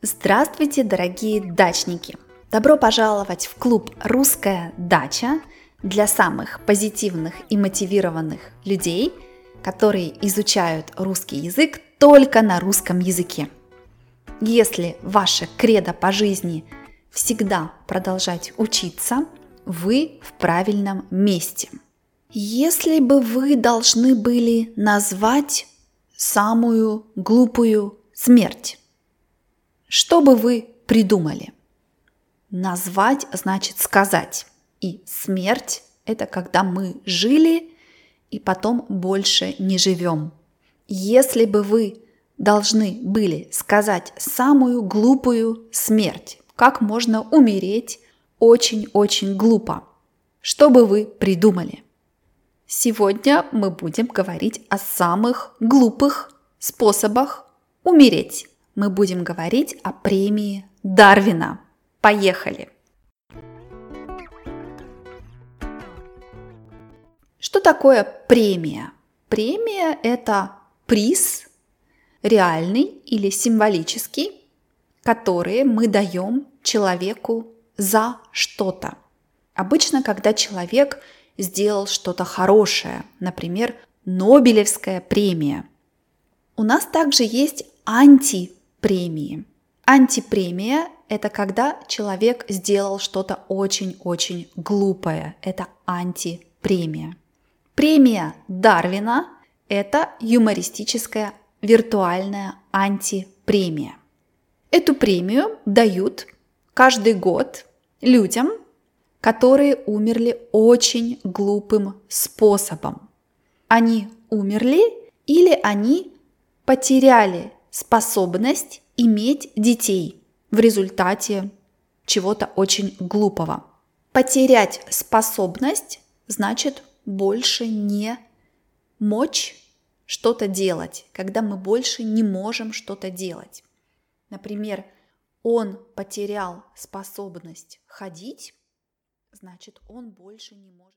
Здравствуйте, дорогие дачники! Добро пожаловать в клуб «Русская дача» для самых позитивных и мотивированных людей, которые изучают русский язык только на русском языке. Если ваше кредо по жизни всегда продолжать учиться, вы в правильном месте. Если бы вы должны были назвать самую глупую смерть, что бы вы придумали? Назвать значит сказать. И смерть – это когда мы жили и потом больше не живем. Если бы вы должны были сказать самую глупую смерть, как можно умереть очень-очень глупо, что бы вы придумали? Сегодня мы будем говорить о самых глупых способах умереть. Мы будем говорить о премии Дарвина. Поехали! Что такое премия? Премия – это приз, реальный или символический, который мы даем человеку за что-то. Обычно, когда человек сделал что-то хорошее, например, Нобелевская премия. У нас также есть антипремии. Антипремия – это когда человек сделал что-то очень-очень глупое. Это антипремия. Премия Дарвина – это юмористическая виртуальная антипремия. Эту премию дают каждый год людям, которые умерли очень глупым способом. Они умерли или они потеряли способность иметь детей в результате чего-то очень глупого. Потерять способность значит больше не мочь что-то делать, когда мы больше не можем что-то делать. Например, он потерял способность ходить, значит, он больше не может.